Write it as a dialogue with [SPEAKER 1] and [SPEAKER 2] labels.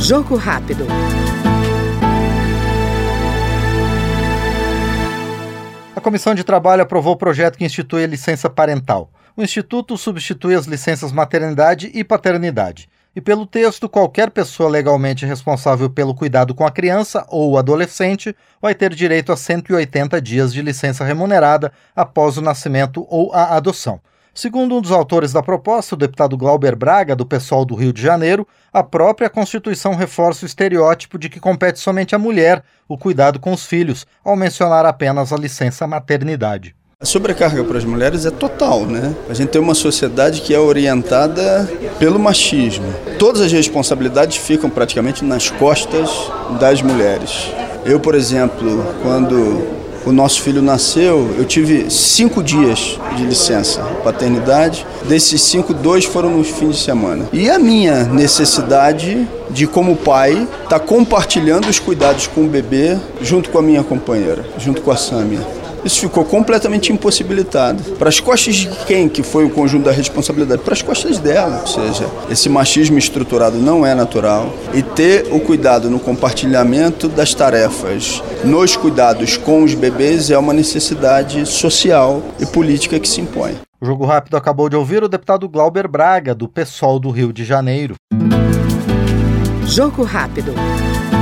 [SPEAKER 1] Jogo rápido.
[SPEAKER 2] A Comissão de Trabalho aprovou o projeto que institui a licença parental. O Instituto substitui as licenças maternidade e paternidade. E pelo texto, qualquer pessoa legalmente responsável pelo cuidado com a criança ou adolescente vai ter direito a 180 dias de licença remunerada após o nascimento ou a adoção. Segundo um dos autores da proposta, o deputado Glauber Braga, do PSOL do Rio de Janeiro, a própria Constituição reforça o estereótipo de que compete somente à mulher o cuidado com os filhos, ao mencionar apenas a licença maternidade.
[SPEAKER 3] A sobrecarga para as mulheres é total, né? A gente tem uma sociedade que é orientada pelo machismo. Todas as responsabilidades ficam praticamente nas costas das mulheres. Eu, por exemplo, quando o nosso filho nasceu, eu tive 5 dias de licença paternidade. Desses 5, 2 foram nos fins de semana. E a minha necessidade de, como pai, estar compartilhando os cuidados com o bebê junto com a minha companheira, junto com a Sâmia. Isso ficou completamente impossibilitado. Para as costas de quem que foi o conjunto da responsabilidade? Para as costas dela. Ou seja, esse machismo estruturado não é natural. E ter o cuidado no compartilhamento das tarefas, nos cuidados com os bebês, é uma necessidade social e política que se impõe.
[SPEAKER 2] O Jogo Rápido acabou de ouvir o deputado Glauber Braga, do PSOL do Rio de Janeiro.
[SPEAKER 1] Jogo rápido.